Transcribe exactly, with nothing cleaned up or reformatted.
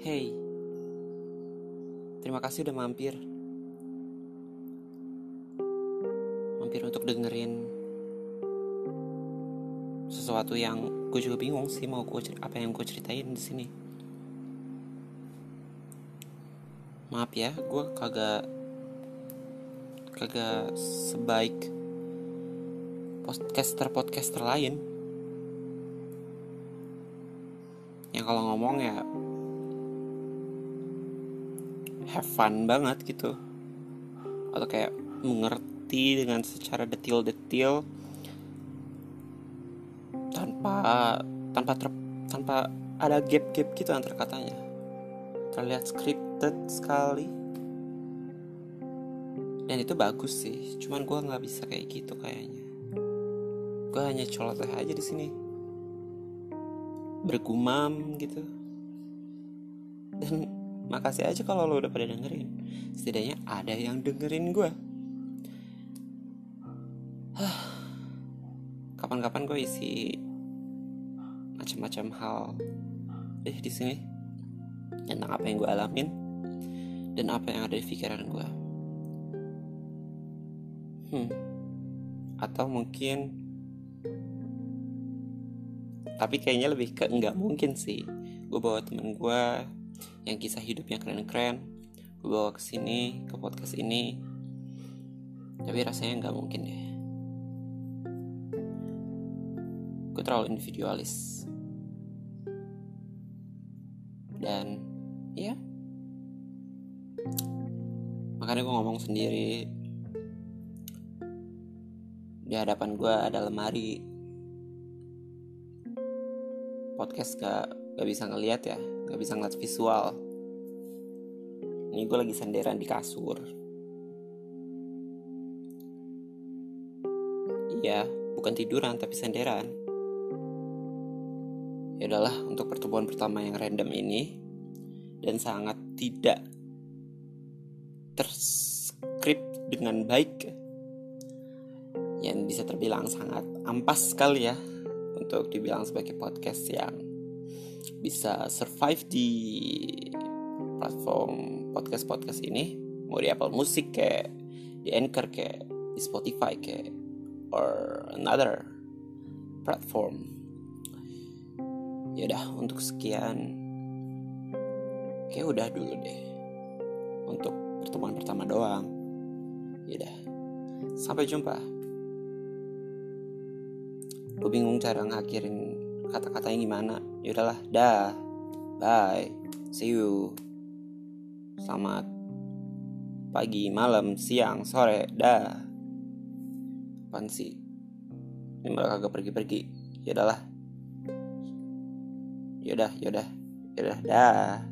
Hey, terima kasih udah mampir. Mampir untuk dengerin sesuatu yang gue juga bingung sih mau gue cer- apa yang gue ceritain di sini. Maaf ya, gue kagak kagak sebaik podcaster-podcaster lain yang kalau ngomong ya have fun banget gitu, atau kayak mengerti dengan secara detail-detail tanpa tanpa ter, tanpa ada gap-gap gitu antar katanya. Terlihat scripted sekali, dan itu bagus sih. Cuman gue nggak bisa kayak gitu kayaknya. Gue hanya coloteh aja di sini, bergumam gitu. Dan makasih aja kalau lo udah pada dengerin. Setidaknya ada yang dengerin gue. Kapan-kapan gue isi macam-macam hal deh di sini tentang apa yang gue alamin dan apa yang ada di pikiran gue. Hmm. Atau mungkin, tapi kayaknya lebih ke enggak mungkin sih. Gue bawa temen gue yang kisah hidupnya keren-keren, gue bawa ke sini, ke podcast ini. Tapi rasanya enggak mungkin deh. Gue terlalu individualis. Dan ya, makanya gue ngomong sendiri. Di hadapan gue ada lemari. Podcast gak, gak bisa ngeliat ya, gak bisa ngeliat visual. Ini gue lagi senderan di kasur. Iya, bukan tiduran tapi senderan. Ya udahlah, untuk pertemuan pertama yang random ini dan sangat tidak terskrip dengan baik, yang bisa terbilang sangat ampas sekali ya untuk dibilang sebagai podcast yang bisa survive di platform podcast-podcast ini, mau di Apple Music kayak di Anchor kayak di Spotify kayak or another platform. Yaudah, untuk sekian kayak udah dulu deh untuk pertemuan pertama doang. Yaudah, sampai jumpa. Gue bingung cara ngakhirin kata-katanya gimana. Yaudahlah, dah, bye, see you. Selamat pagi, malam, siang, sore, dah. Apaan sih? Ini malah kagak pergi-pergi. Yaudahlah. Yaudah, yaudah, yaudah, dah.